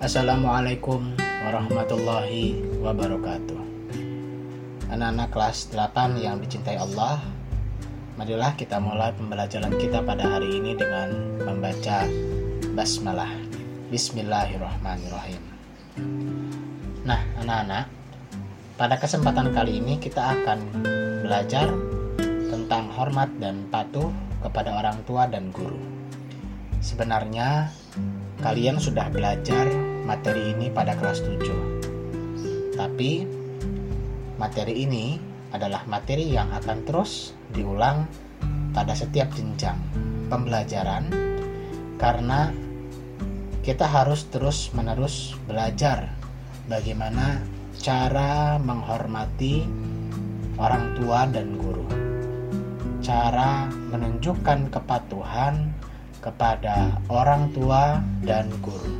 Assalamualaikum warahmatullahi wabarakatuh. Anak-anak kelas 8 yang dicintai Allah, marilah kita mulai pembelajaran kita pada hari ini dengan membaca basmalah. Bismillahirrahmanirrahim. Nah, anak-anak, pada kesempatan kali ini kita akan belajar tentang hormat dan patuh kepada orang tua dan guru. Sebenarnya kalian sudah belajar materi ini pada kelas 7. Tapi materi ini adalah materi yang akan terus diulang pada setiap jenjang pembelajaran, karena kita harus terus-menerus belajar bagaimana cara menghormati orang tua dan guru, cara menunjukkan kepatuhan kepada orang tua dan guru.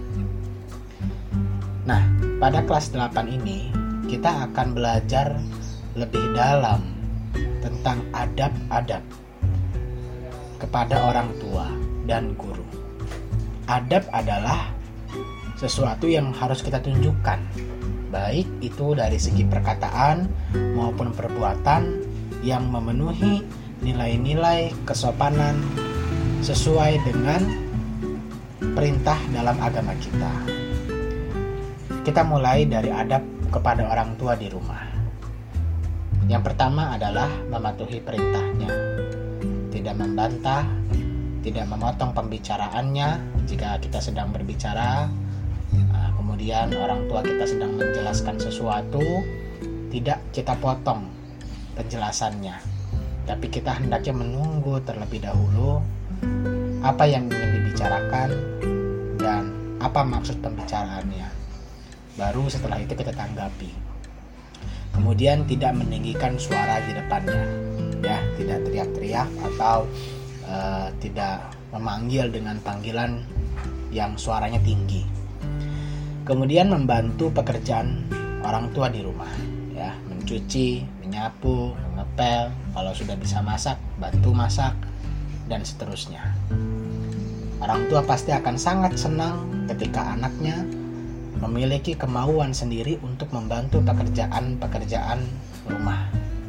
Nah, pada kelas 8 ini kita akan belajar lebih dalam tentang adab-adab kepada orang tua dan guru. Adab adalah sesuatu yang harus kita tunjukkan, baik itu dari segi perkataan maupun perbuatan yang memenuhi nilai-nilai kesopanan sesuai dengan perintah dalam agama kita. Kita mulai dari adab kepada orang tua di rumah. Yang pertama adalah mematuhi perintahnya, tidak membantah, tidak memotong pembicaraannya jika kita sedang berbicara. Kemudian orang tua kita sedang menjelaskan sesuatu, tidak kita potong penjelasannya, tapi kita hendaknya menunggu terlebih dahulu apa yang ingin dibicarakan dan apa maksud pembicaraannya. Baru setelah itu kita tanggapi. Kemudian tidak meninggikan suara di depannya, ya, tidak teriak-teriak atau tidak memanggil dengan panggilan yang suaranya tinggi. Kemudian membantu pekerjaan orang tua di rumah, ya, mencuci, menyapu, mengepel, kalau sudah bisa masak, bantu masak, dan seterusnya. Orang tua pasti akan sangat senang ketika anaknya memiliki kemauan sendiri untuk membantu pekerjaan-pekerjaan rumah.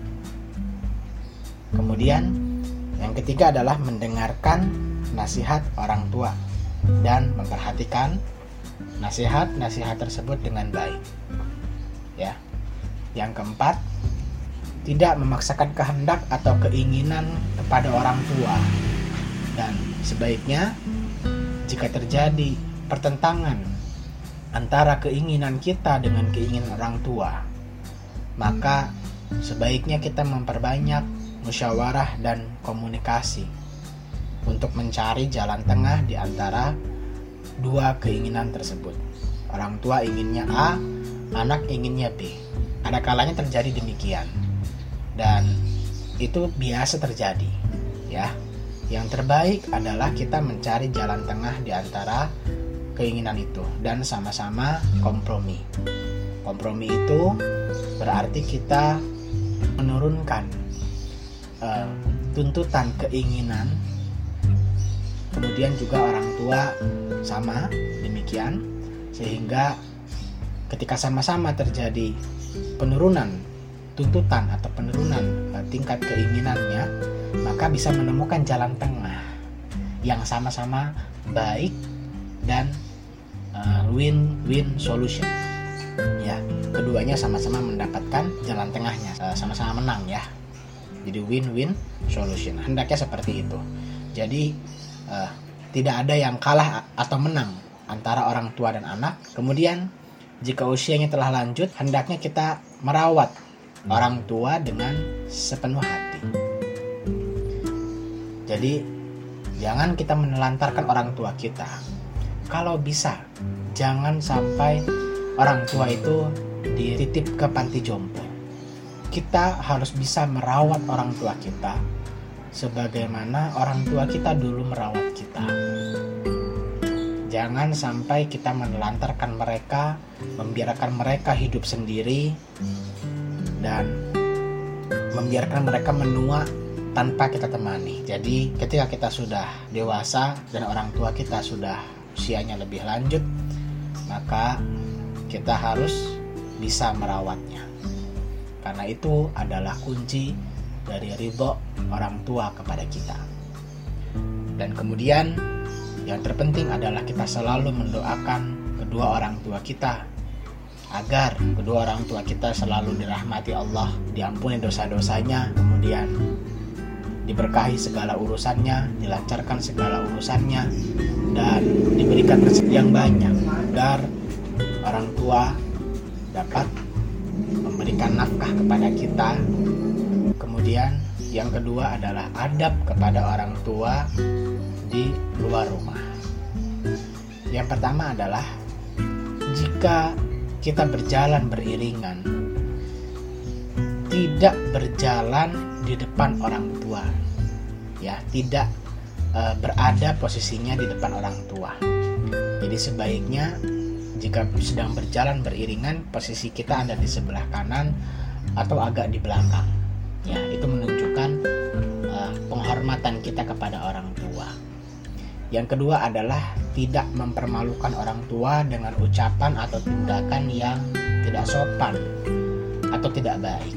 Kemudian yang ketiga adalah mendengarkan nasihat orang tua dan memperhatikan nasihat-nasihat tersebut dengan baik. Ya. Yang keempat, tidak memaksakan kehendak atau keinginan kepada orang tua. Dan sebaiknya jika terjadi pertentangan antara keinginan kita dengan keinginan orang tua, maka sebaiknya kita memperbanyak musyawarah dan komunikasi untuk mencari jalan tengah di antara dua keinginan tersebut. Orang tua inginnya A, anak inginnya B. Ada kalanya terjadi demikian. Dan itu biasa terjadi, ya. Yang terbaik adalah kita mencari jalan tengah di antara keinginan itu dan sama-sama kompromi. Kompromi itu berarti kita menurunkan tuntutan keinginan, kemudian juga orang tua sama demikian, sehingga ketika sama-sama terjadi penurunan tuntutan atau penurunan tingkat keinginannya, maka bisa menemukan jalan tengah yang sama-sama baik dan win-win solution. Ya, keduanya sama-sama mendapatkan jalan tengahnya, sama-sama menang, ya. Jadi win-win solution. Hendaknya seperti itu. Jadi tidak ada yang kalah atau menang antara orang tua dan anak. Kemudian jika usianya telah lanjut, hendaknya kita merawat orang tua dengan sepenuh hati. Jadi jangan kita menelantarkan orang tua kita. Kalau bisa, jangan sampai orang tua itu dititip ke panti jompo. Kita harus bisa merawat orang tua kita sebagaimana orang tua kita dulu merawat kita. Jangan sampai kita menelantarkan mereka, membiarkan mereka hidup sendiri, dan membiarkan mereka menua tanpa kita temani. Jadi ketika kita sudah dewasa dan orang tua kita sudah usianya lebih lanjut, maka kita harus bisa merawatnya. Karena itu adalah kunci dari ridho orang tua kepada kita. Dan kemudian yang terpenting adalah kita selalu mendoakan kedua orang tua kita agar kedua orang tua kita selalu dirahmati Allah, diampuni dosa-dosanya, kemudian diberkahi segala urusannya, dilancarkan segala urusannya, dan diberikan rezeki yang banyak agar orang tua dapat memberikan nafkah kepada kita. Kemudian yang kedua adalah adab kepada orang tua di luar rumah. Yang pertama adalah jika kita berjalan beriringan, tidak berjalan di depan orang tua, ya, tidak berada posisinya di depan orang tua. Jadi sebaiknya jika sedang berjalan beriringan, posisi kita ada di sebelah kanan atau agak di belakang. Ya, itu menunjukkan penghormatan kita kepada orang tua. Yang kedua adalah tidak mempermalukan orang tua dengan ucapan atau tindakan yang tidak sopan atau tidak baik.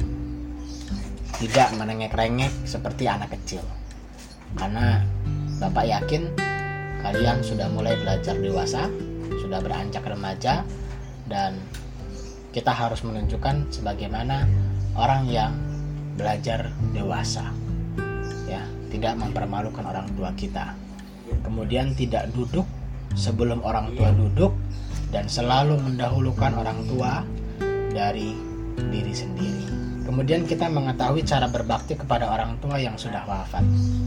Tidak menengek-rengek seperti anak kecil. Karena Bapak yakin kalian sudah mulai belajar dewasa, sudah beranjak remaja, dan kita harus menunjukkan sebagaimana orang yang belajar dewasa. Ya, tidak mempermalukan orang tua kita. Kemudian tidak duduk sebelum orang tua duduk, dan selalu mendahulukan orang tua dari diri sendiri. Kemudian kita mengetahui cara berbakti kepada orang tua yang sudah wafat.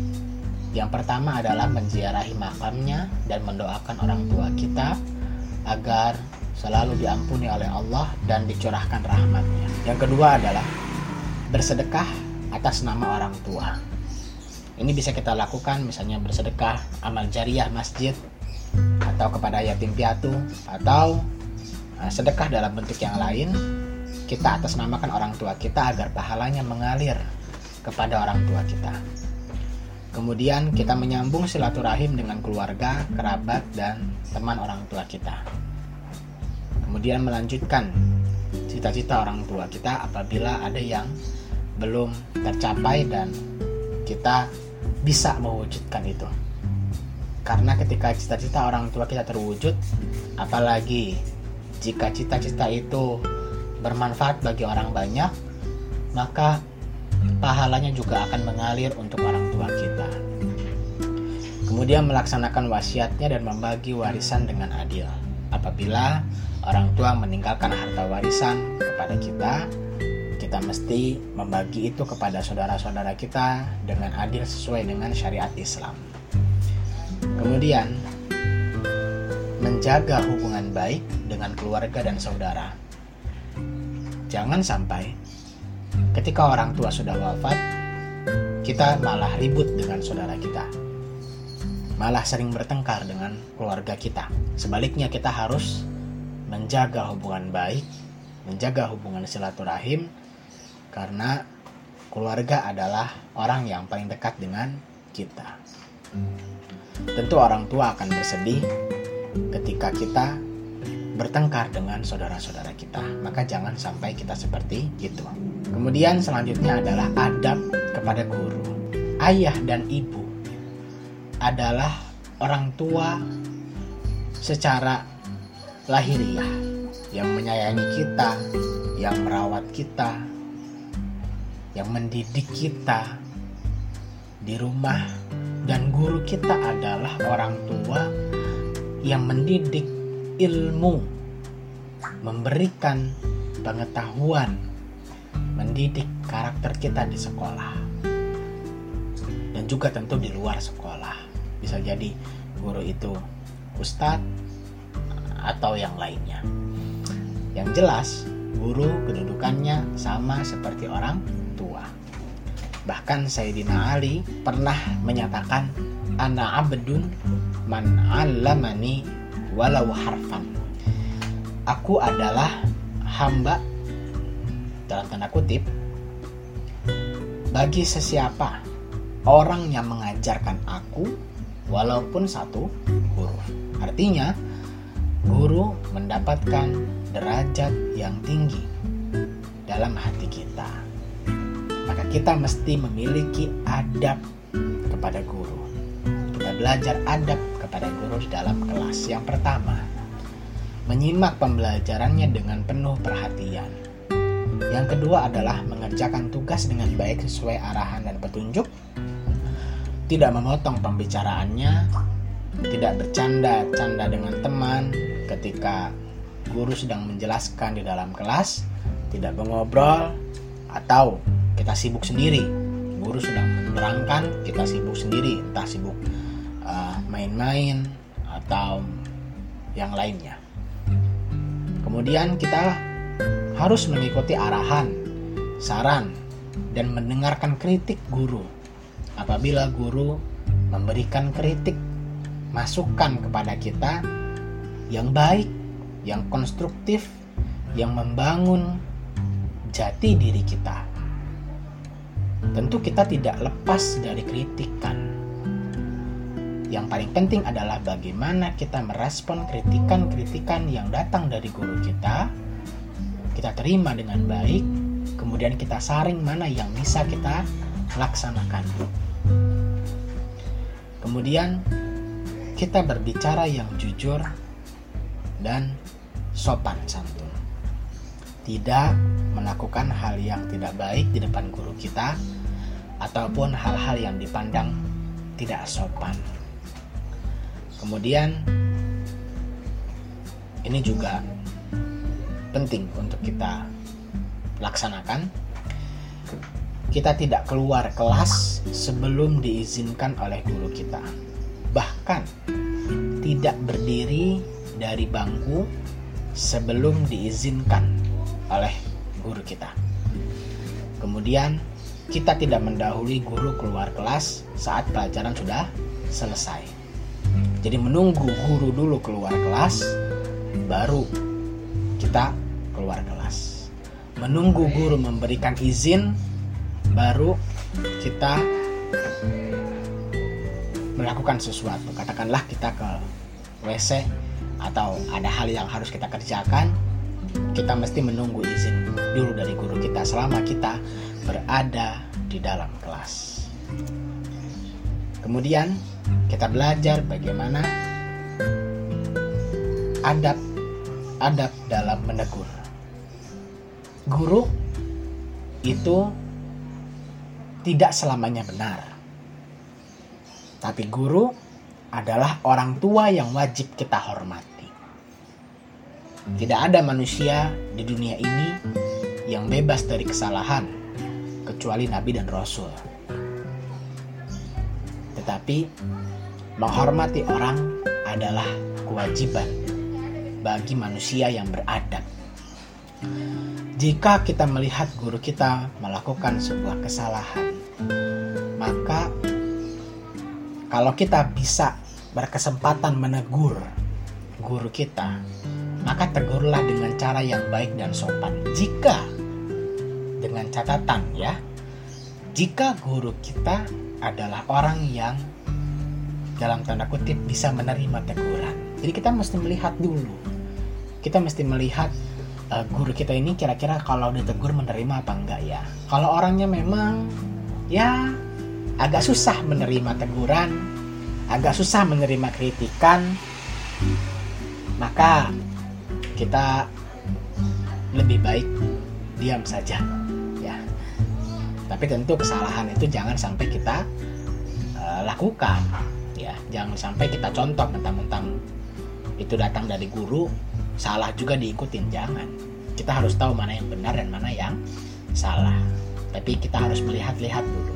Yang pertama adalah menziarahi makamnya dan mendoakan orang tua kita agar selalu diampuni oleh Allah dan dicurahkan rahmatnya. Yang kedua adalah bersedekah atas nama orang tua. Ini bisa kita lakukan misalnya bersedekah amal jariah masjid, atau kepada yatim piatu, atau sedekah dalam bentuk yang lain. Kita atasnamakan orang tua kita agar pahalanya mengalir kepada orang tua kita. Kemudian kita menyambung silaturahim dengan keluarga, kerabat, dan teman orang tua kita. Kemudian melanjutkan cita-cita orang tua kita apabila ada yang belum tercapai dan kita bisa mewujudkan itu. Karena ketika cita-cita orang tua kita terwujud, apalagi jika cita-cita itu bermanfaat bagi orang banyak, maka pahalanya juga akan mengalir untuk orang tua kita. Kemudian melaksanakan wasiatnya dan membagi warisan dengan adil. Apabila orang tua meninggalkan harta warisan kepada kita, kita mesti membagi itu kepada saudara-saudara kita dengan adil sesuai dengan syariat Islam. Kemudian menjaga hubungan baik dengan keluarga dan saudara. Jangan sampai ketika orang tua sudah wafat, kita malah ribut dengan saudara kita, malah sering bertengkar dengan keluarga kita. Sebaliknya kita harus menjaga hubungan baik, menjaga hubungan silaturahim, karena keluarga adalah orang yang paling dekat dengan kita. Tentu orang tua akan bersedih ketika kita bertengkar dengan saudara-saudara kita. Maka jangan sampai kita seperti itu. Kemudian selanjutnya adalah adab kepada guru. Ayah dan ibu adalah orang tua secara lahiriah yang menyayangi kita, yang merawat kita, yang mendidik kita di rumah. Dan guru kita adalah orang tua yang mendidik ilmu, memberikan pengetahuan, mendidik karakter kita di sekolah, dan juga tentu di luar sekolah. Bisa jadi guru itu ustadz atau yang lainnya. Yang jelas, guru kedudukannya sama seperti orang tua. Bahkan Sayyidina Ali pernah menyatakan, ana abdun man 'allamani walau harfan. Aku adalah hamba dalam tanda kutip bagi sesiapa orang yang mengajarkan aku walaupun satu huruf. Artinya guru mendapatkan derajat yang tinggi dalam hati kita, maka kita mesti memiliki adab kepada guru. Kita belajar adab kepada guru di dalam kelas. Yang pertama, menyimak pembelajarannya dengan penuh perhatian. Yang kedua adalah mengerjakan tugas dengan baik sesuai arahan dan petunjuk. Tidak memotong pembicaraannya, tidak bercanda-canda dengan teman ketika guru sedang menjelaskan di dalam kelas, tidak mengobrol, atau kita sibuk sendiri. Guru sedang menerangkan, kita sibuk sendiri, entah sibuk main-main atau yang lainnya. Kemudian kita harus mengikuti arahan, saran, dan mendengarkan kritik guru. Apabila guru memberikan kritik, masukan kepada kita yang baik, yang konstruktif, yang membangun jati diri kita, tentu kita tidak lepas dari kritikan. Yang paling penting adalah bagaimana kita merespon kritikan-kritikan yang datang dari guru kita. Kita terima dengan baik, kemudian kita saring mana yang bisa kita laksanakan. Kemudian kita berbicara yang jujur dan sopan santun. Tidak melakukan hal yang tidak baik di depan guru kita, ataupun hal-hal yang dipandang tidak sopan. Kemudian ini juga penting untuk kita laksanakan. Kita tidak keluar kelas sebelum diizinkan oleh guru kita. Bahkan tidak berdiri dari bangku sebelum diizinkan oleh guru kita. Kemudian kita tidak mendahului guru keluar kelas saat pelajaran sudah selesai. Jadi menunggu guru dulu keluar kelas, baru kita keluar kelas. Menunggu guru memberikan izin, baru kita melakukan sesuatu. Katakanlah kita ke WC atau ada hal yang harus kita kerjakan, kita mesti menunggu izin dulu dari guru kita selama kita berada di dalam kelas. Kemudian kita belajar bagaimana adab dalam menegur. Guru itu tidak selamanya benar, tapi guru adalah orang tua yang wajib kita hormati. Tidak ada manusia di dunia ini yang bebas dari kesalahan kecuali Nabi dan Rasul. Tetapi menghormati orang adalah kewajiban bagi manusia yang beradab. Jika kita melihat guru kita melakukan sebuah kesalahan, maka kalau kita bisa berkesempatan menegur guru kita, maka tegurlah dengan cara yang baik dan sopan. Jika dengan catatan ya, jika guru kita adalah orang yang dalam tanda kutip bisa menerima teguran. Jadi kita mesti melihat dulu. Kita mesti melihat guru kita ini kira-kira kalau ditegur menerima apa enggak ya. Kalau orangnya memang ya agak susah menerima teguran, agak susah menerima kritikan, maka kita lebih baik diam saja ya. Tapi tentu kesalahan itu jangan sampai kita lakukan ya. Jangan sampai kita contoh mentang-mentang itu datang dari guru, salah juga diikutin, jangan. Kita harus tahu mana yang benar dan mana yang salah. Tapi kita harus melihat-lihat dulu,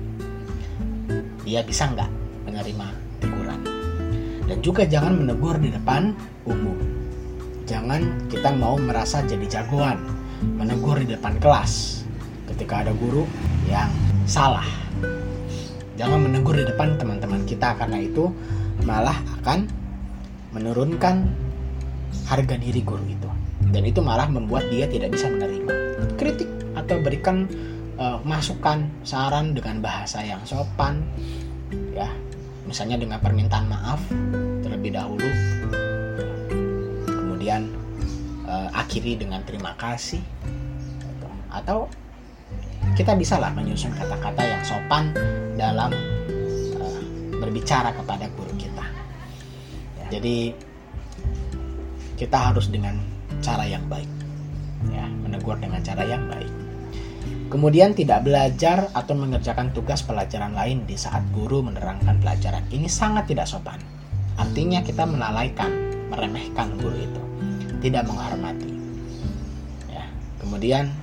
dia bisa nggak menerima teguran. Dan juga jangan menegur di depan umum. Jangan kita mau merasa jadi jagoan menegur di depan kelas ketika ada guru yang salah. Jangan menegur di depan teman-teman kita, karena itu malah akan menurunkan harga diri guru itu, dan itu malah membuat dia tidak bisa menerima kritik atau berikan masukan, saran dengan bahasa yang sopan ya, misalnya dengan permintaan maaf terlebih dahulu. kemudian akhiri dengan terima kasih, atau kita bisa lah menyusun kata-kata yang sopan dalam berbicara kepada guru kita. Jadi kita harus dengan cara yang baik, ya, menegur dengan cara yang baik. Kemudian tidak belajar atau mengerjakan tugas pelajaran lain di saat guru menerangkan pelajaran. Ini sangat tidak sopan. Artinya kita melalaikan, meremehkan guru itu, tidak menghormati. Ya. Kemudian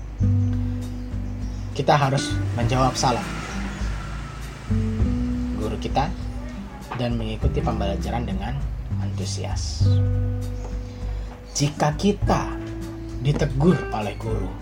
kita harus menjawab salam guru kita dan mengikuti pembelajaran dengan antusias. Jika kita ditegur oleh guru,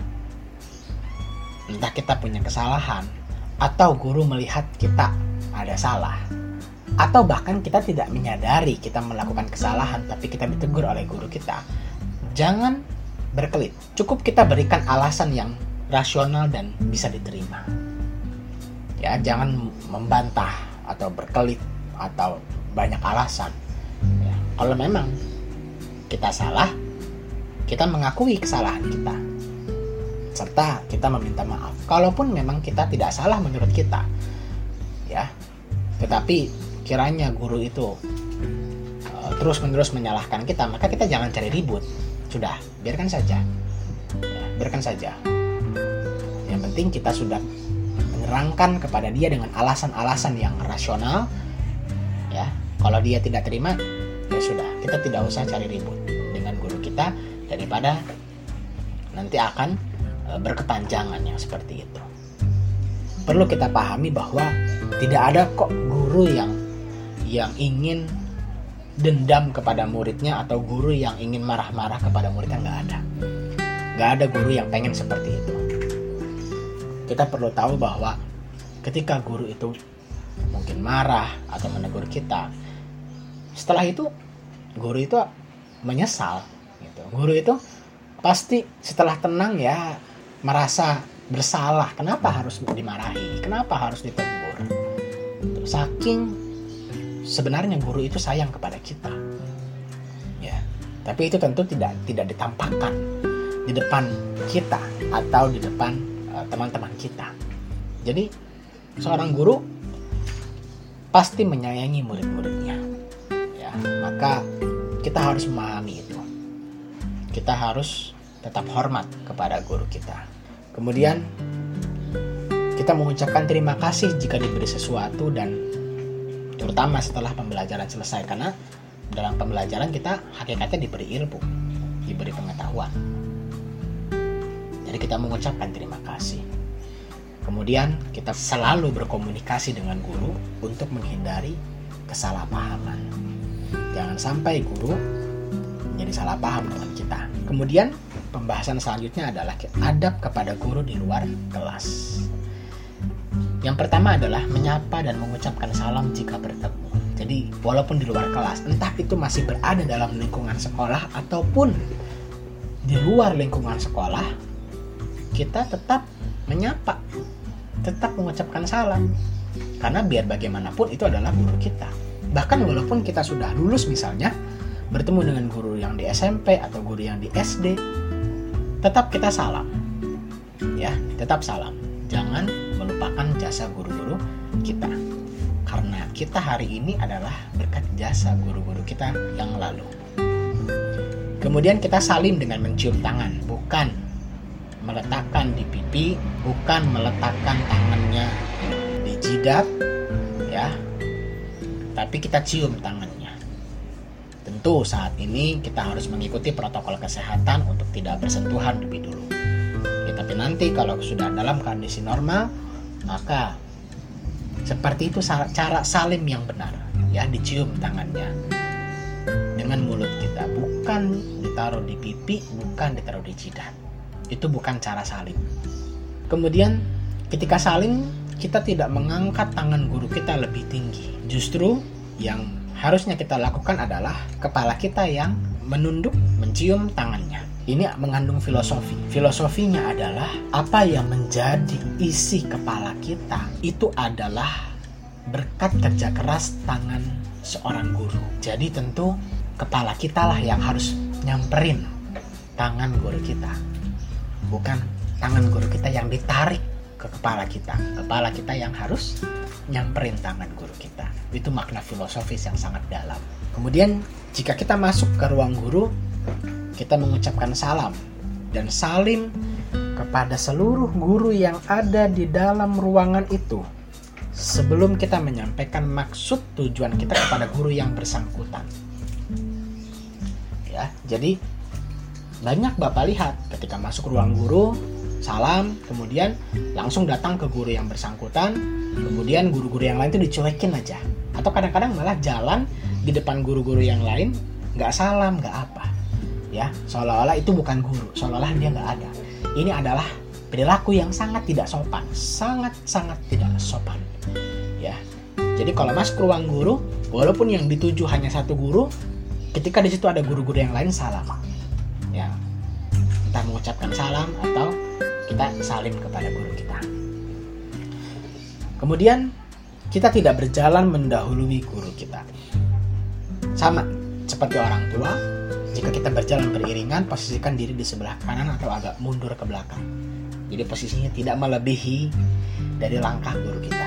entah kita punya kesalahan atau guru melihat kita ada salah, atau bahkan kita tidak menyadari kita melakukan kesalahan tapi kita ditegur oleh guru kita, jangan berkelit. Cukup kita berikan alasan yang rasional dan bisa diterima. Ya, jangan membantah atau berkelit atau banyak alasan. Ya, kalau memang kita salah, kita mengakui kesalahan kita, serta kita meminta maaf. Kalaupun memang kita tidak salah menurut kita, ya, tetapi kiranya guru itu terus-menerus menyalahkan kita, maka kita jangan cari ribut. Sudah, biarkan saja. Ya, biarkan saja. Yang penting kita sudah menerangkan kepada dia dengan alasan-alasan yang rasional. Ya, kalau dia tidak terima, ya sudah, kita tidak usah cari ribut dengan guru kita daripada nanti akan berkepanjangan yang seperti itu. Perlu kita pahami bahwa tidak ada kok guru yang ingin dendam kepada muridnya atau guru yang ingin marah-marah kepada muridnya. Nggak ada guru yang pengen seperti itu. Kita perlu tahu bahwa ketika guru itu mungkin marah atau menegur kita, setelah itu guru itu menyesal gitu. Guru itu pasti setelah tenang ya merasa bersalah. Kenapa harus dimarahi? Kenapa harus ditegur? Saking sebenarnya guru itu sayang kepada kita. Ya, tapi itu tentu tidak ditampakkan di depan kita atau di depan teman-teman kita. Jadi seorang guru pasti menyayangi murid-muridnya. Ya, maka kita harus memahami itu. Kita harus tetap hormat kepada guru kita. Kemudian kita mengucapkan terima kasih jika diberi sesuatu, dan terutama setelah pembelajaran selesai, karena dalam pembelajaran kita hakikatnya diberi ilmu, diberi pengetahuan. Jadi kita mengucapkan terima kasih. Kemudian kita selalu berkomunikasi dengan guru untuk menghindari kesalahpahaman. Jangan sampai guru menjadi salah paham dengan kita. Kemudian pembahasan selanjutnya adalah adab kepada guru di luar kelas. Yang pertama adalah menyapa dan mengucapkan salam jika bertemu. Jadi walaupun di luar kelas, entah itu masih berada dalam lingkungan sekolah ataupun di luar lingkungan sekolah, kita tetap menyapa, tetap mengucapkan salam. Karena biar bagaimanapun itu adalah guru kita. Bahkan walaupun kita sudah lulus misalnya, bertemu dengan guru yang di SMP atau guru yang di SD, tetap kita salam. Ya, tetap salam. Jangan melupakan jasa guru-guru kita. Karena kita hari ini adalah berkat jasa guru-guru kita yang lalu. Kemudian kita salim dengan mencium tangan, bukan meletakkan di pipi, bukan meletakkan tangannya di jidat, ya. Tapi kita cium tangannya. Tentu saat ini kita harus mengikuti protokol kesehatan untuk tidak bersentuhan lebih dulu. Ya, tapi nanti kalau sudah dalam kondisi normal, maka seperti itu cara salim yang benar, ya, dicium tangannya dengan mulut kita, bukan ditaruh di pipi, bukan ditaruh di jidat. Itu bukan cara salim. Kemudian ketika salim, kita tidak mengangkat tangan guru kita lebih tinggi. Justru yang harusnya kita lakukan adalah kepala kita yang menunduk mencium tangannya. Ini mengandung filosofi. Filosofinya adalah apa yang menjadi isi kepala kita itu adalah berkat kerja keras tangan seorang guru. Jadi tentu kepala kita lah yang harus nyamperin tangan guru kita, bukan tangan guru kita yang ditarik ke kepala kita. Kepala kita yang harus nyamperin tangan guru kita. Itu makna filosofis yang sangat dalam. Kemudian jika kita masuk ke ruang guru, kita mengucapkan salam dan salim kepada seluruh guru yang ada di dalam ruangan itu sebelum kita menyampaikan maksud tujuan kita kepada guru yang bersangkutan. Ya, jadi banyak Bapak lihat ketika masuk ruang guru, salam, kemudian langsung datang ke guru yang bersangkutan, kemudian guru-guru yang lain itu dicuekin aja, atau kadang-kadang malah jalan di depan guru-guru yang lain, nggak salam, nggak apa, ya, seolah-olah itu bukan guru, seolah-olah dia nggak ada. Ini adalah perilaku yang sangat tidak sopan, sangat tidak sopan, ya. Jadi kalau masuk ruang guru, walaupun yang dituju hanya satu guru, ketika di situ ada guru-guru yang lain, salam, ya, entah mengucapkan salam atau kita salim kepada guru kita. Kemudian kita tidak berjalan mendahului guru kita. Sama seperti orang tua, jika kita berjalan beriringan, posisikan diri di sebelah kanan atau agak mundur ke belakang. Jadi posisinya tidak melebihi dari langkah guru kita.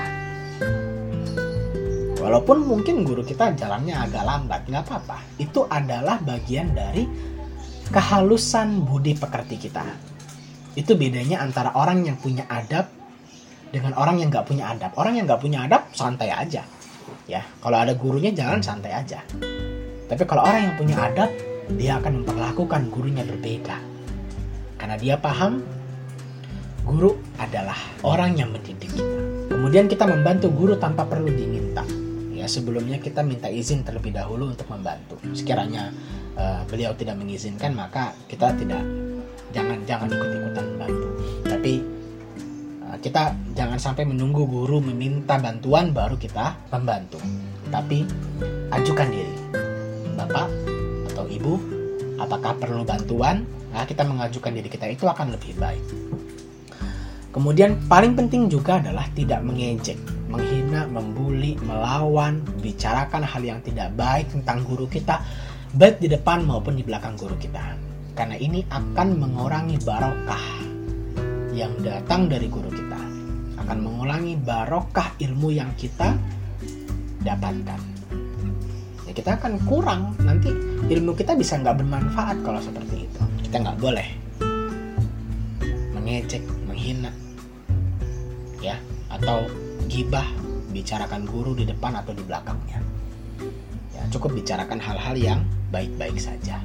Walaupun mungkin guru kita jalannya agak lambat, nggak apa-apa. Itu adalah bagian dari kehalusan budi pekerti kita. Itu bedanya antara orang yang punya adab dengan orang yang nggak punya adab. Orang yang nggak punya adab santai aja, ya. Kalau ada gurunya jalan santai aja. Tapi kalau orang yang punya adab, dia akan memperlakukan gurunya berbeda. Karena dia paham guru adalah orang yang mendidik kita. Kemudian kita membantu guru tanpa perlu diminta. Ya, sebelumnya kita minta izin terlebih dahulu untuk membantu. Sekiranya beliau tidak mengizinkan, maka kita jangan ikut-ikutan membantu. Tapi kita jangan sampai menunggu guru meminta bantuan baru kita membantu. Tapi ajukan diri, Bapak atau Ibu, apakah perlu bantuan? Nah, kita mengajukan diri kita, itu akan lebih baik. Kemudian paling penting juga adalah tidak mengejek, menghina, membuli, melawan, bicarakan hal yang tidak baik tentang guru kita, baik di depan maupun di belakang guru kita. Karena ini akan mengurangi barokah yang datang dari guru kita, akan mengurangi barokah ilmu yang kita dapatkan. Ya, kita akan kurang, nanti ilmu kita bisa nggak bermanfaat kalau seperti itu. Kita nggak boleh mengejek, menghina, ya, atau gibah, bicarakan guru di depan atau di belakangnya. Ya, cukup bicarakan hal-hal yang baik-baik saja.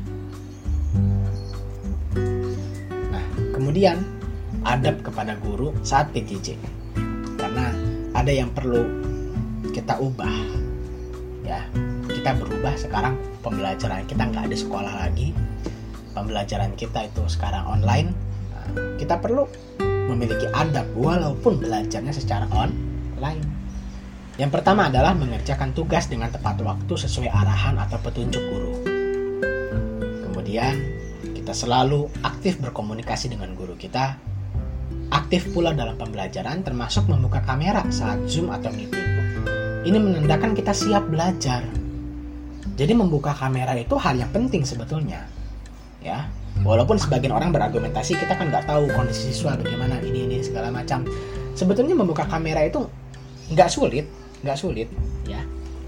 Nah, kemudian adab kepada guru saat PJJ, karena ada yang perlu kita ubah. Ya, kita berubah sekarang, pembelajaran kita nggak ada sekolah lagi, pembelajaran kita itu sekarang online. Nah, kita perlu memiliki adab walaupun belajarnya secara online. Yang pertama adalah mengerjakan tugas dengan tepat waktu sesuai arahan atau petunjuk guru. Kemudian kita selalu aktif berkomunikasi dengan guru kita, aktif pula dalam pembelajaran termasuk membuka kamera saat Zoom atau meeting. Ini menandakan kita siap belajar. Jadi membuka kamera itu hal yang penting sebetulnya, ya. Walaupun sebagian orang berargumentasi, kita kan nggak tahu kondisi siswa bagaimana, ini segala macam. Sebetulnya membuka kamera itu nggak sulit, ya.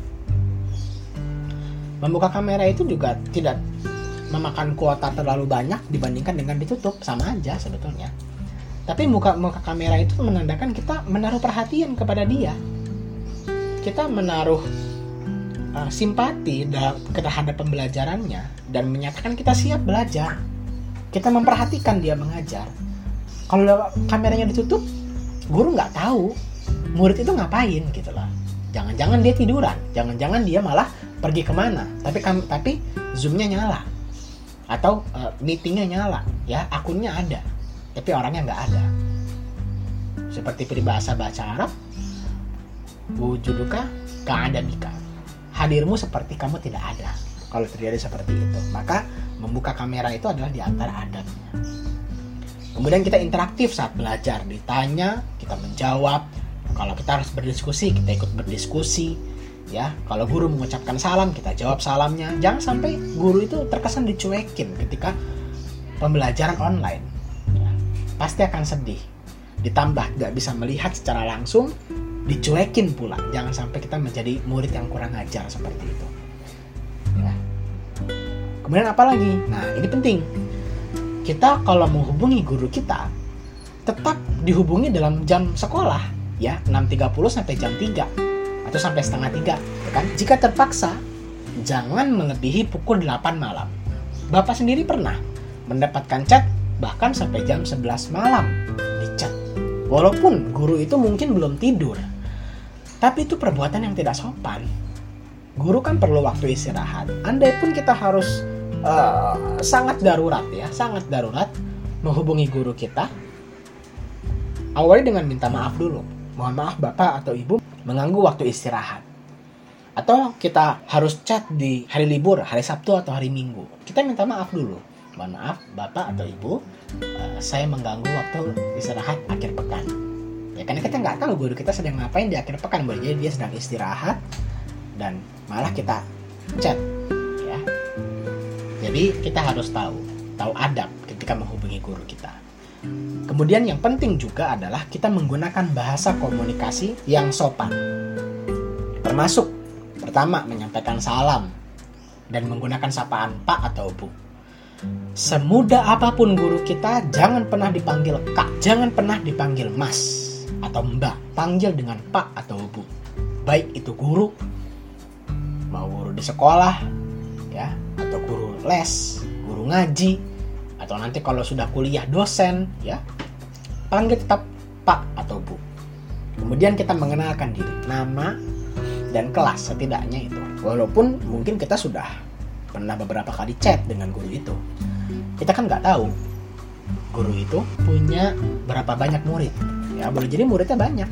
Membuka kamera itu juga tidak memakan kuota terlalu banyak dibandingkan dengan ditutup, sama aja sebetulnya. Tapi muka kamera itu menandakan kita menaruh perhatian kepada dia. Kita menaruh simpati terhadap pembelajarannya dan menyatakan kita siap belajar. Kita memperhatikan dia mengajar. Kalau kameranya ditutup, guru nggak tahu murid itu ngapain gitu loh. Jangan-jangan dia tiduran, jangan-jangan dia malah pergi kemana. Tapi Zoom-nya nyala atau meeting-nya nyala, ya, akunnya ada, tapi orangnya nggak ada. Seperti peribahasa bahasa Arab, wujuduka ka'adamika, hadirmu seperti kamu tidak ada. Kalau terjadi seperti itu, maka membuka kamera itu adalah di antara adabnya. Kemudian kita interaktif saat belajar, ditanya, kita menjawab. Kalau kita harus berdiskusi, kita ikut berdiskusi. Ya, kalau guru mengucapkan salam, kita jawab salamnya. Jangan sampai guru itu terkesan dicuekin ketika pembelajaran online. Ya, pasti akan sedih. Ditambah gak bisa melihat secara langsung, dicuekin pula. Jangan sampai kita menjadi murid yang kurang ajar seperti itu. Ya. Kemudian apa lagi? Nah, ini penting. Kita kalau menghubungi guru kita, tetap dihubungi dalam jam sekolah, ya, 6.30 sampai jam 3 atau sampai setengah 3, ya kan? Jika terpaksa, jangan melebihi pukul 8 malam. Bapak sendiri pernah mendapatkan chat bahkan sampai jam 11 malam di chat. Walaupun guru itu mungkin belum tidur, tapi itu perbuatan yang tidak sopan. Guru kan perlu waktu istirahat. Andai pun kita harus sangat darurat, ya, sangat darurat menghubungi guru kita, awali dengan minta maaf dulu. Mohon maaf Bapak atau Ibu mengganggu waktu istirahat. Atau kita harus chat di hari libur, hari Sabtu atau hari Minggu. Kita minta maaf dulu. Mohon maaf Bapak atau Ibu, saya mengganggu waktu istirahat akhir pekan. Ya, karena kita nggak tahu guru kita sedang ngapain di akhir pekan. Boleh jadi dia sedang istirahat dan malah kita chat. Ya. Jadi kita harus tahu adab ketika menghubungi guru kita. Kemudian yang penting juga adalah kita menggunakan bahasa komunikasi yang sopan. Termasuk pertama menyampaikan salam dan menggunakan sapaan Pak atau Bu. Semudah apapun guru kita, jangan pernah dipanggil Kak, jangan pernah dipanggil Mas atau Mbak. Panggil dengan Pak atau Bu. Baik itu guru, mau guru di sekolah, ya, atau guru les, guru ngaji, atau nanti kalau sudah kuliah dosen, ya, panggil tetap Pak atau Bu. Kemudian kita mengenalkan diri, nama dan kelas setidaknya itu. Walaupun mungkin kita sudah pernah beberapa kali chat dengan guru itu, kita kan nggak tahu guru itu punya berapa banyak murid. Ya, boleh jadi muridnya banyak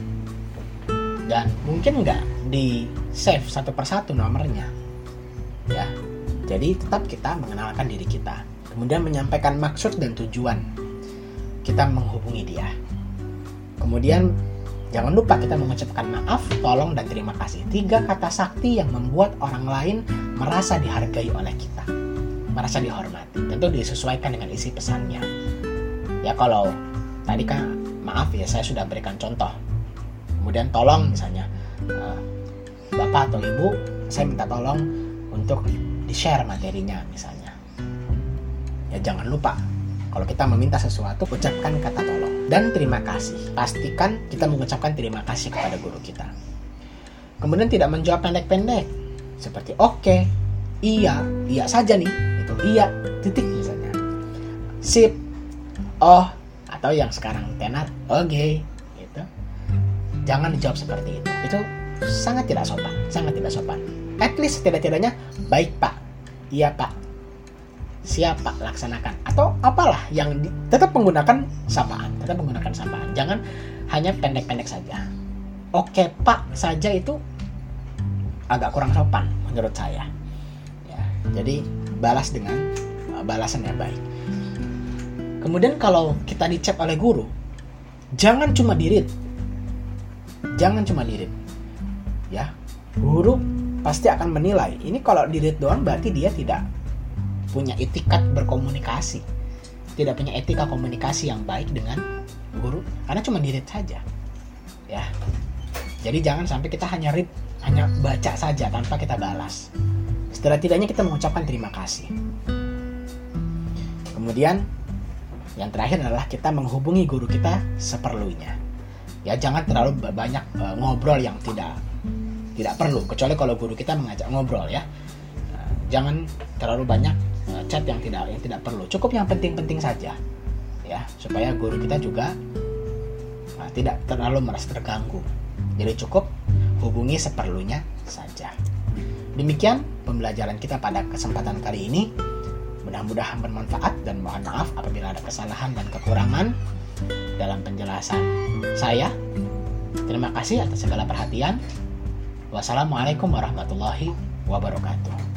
dan mungkin nggak di save satu persatu nomornya. Ya, jadi tetap kita mengenalkan diri kita. Kemudian menyampaikan maksud dan tujuan kita menghubungi dia. Kemudian jangan lupa kita mengucapkan maaf, tolong, dan terima kasih. 3 kata sakti yang membuat orang lain merasa dihargai oleh kita, merasa dihormati. Tentu disesuaikan dengan isi pesannya. Ya, kalau tadi kan maaf ya, saya sudah berikan contoh. Kemudian tolong misalnya, Bapak atau Ibu, saya minta tolong untuk di-share materinya misalnya. Ya, jangan lupa kalau kita meminta sesuatu, ucapkan kata tolong dan terima kasih. Pastikan kita mengucapkan terima kasih kepada guru kita. Kemudian tidak menjawab pendek-pendek seperti oke, iya saja nih, itu iya, titik misalnya. Sip, oh, atau yang sekarang tenar, oke, gitu. Jangan dijawab seperti itu. Itu sangat tidak sopan, sangat tidak sopan. At least tidak-tidaknya baik Pak, iya Pak, siap Pak, laksanakan, atau apalah yang tetap menggunakan sapaan, jangan hanya pendek-pendek saja. Oke Pak saja itu agak kurang sopan menurut saya. Ya, jadi balas dengan balasan yang baik. Kemudian kalau kita dicap oleh guru, jangan cuma di-read. Ya, guru pasti akan menilai. Ini kalau di-read doang berarti dia tidak punya etikat berkomunikasi, tidak punya etika komunikasi yang baik dengan guru, karena cuma di-read saja. Ya, jadi jangan sampai kita hanya read, hanya baca saja tanpa kita balas. Setidaknya kita mengucapkan terima kasih. Kemudian yang terakhir adalah kita menghubungi guru kita seperlunya. Ya, jangan terlalu banyak ngobrol yang tidak perlu, kecuali kalau guru kita mengajak ngobrol, ya. Jangan terlalu banyak chat yang tidak perlu. Cukup yang penting-penting saja, ya, supaya guru kita juga tidak terlalu merasa terganggu. Jadi cukup hubungi seperlunya saja. Demikian pembelajaran kita pada kesempatan kali ini. Mudah-mudahan bermanfaat dan mohon maaf apabila ada kesalahan dan kekurangan dalam penjelasan saya. Terima kasih atas segala perhatian. Wassalamualaikum warahmatullahi wabarakatuh.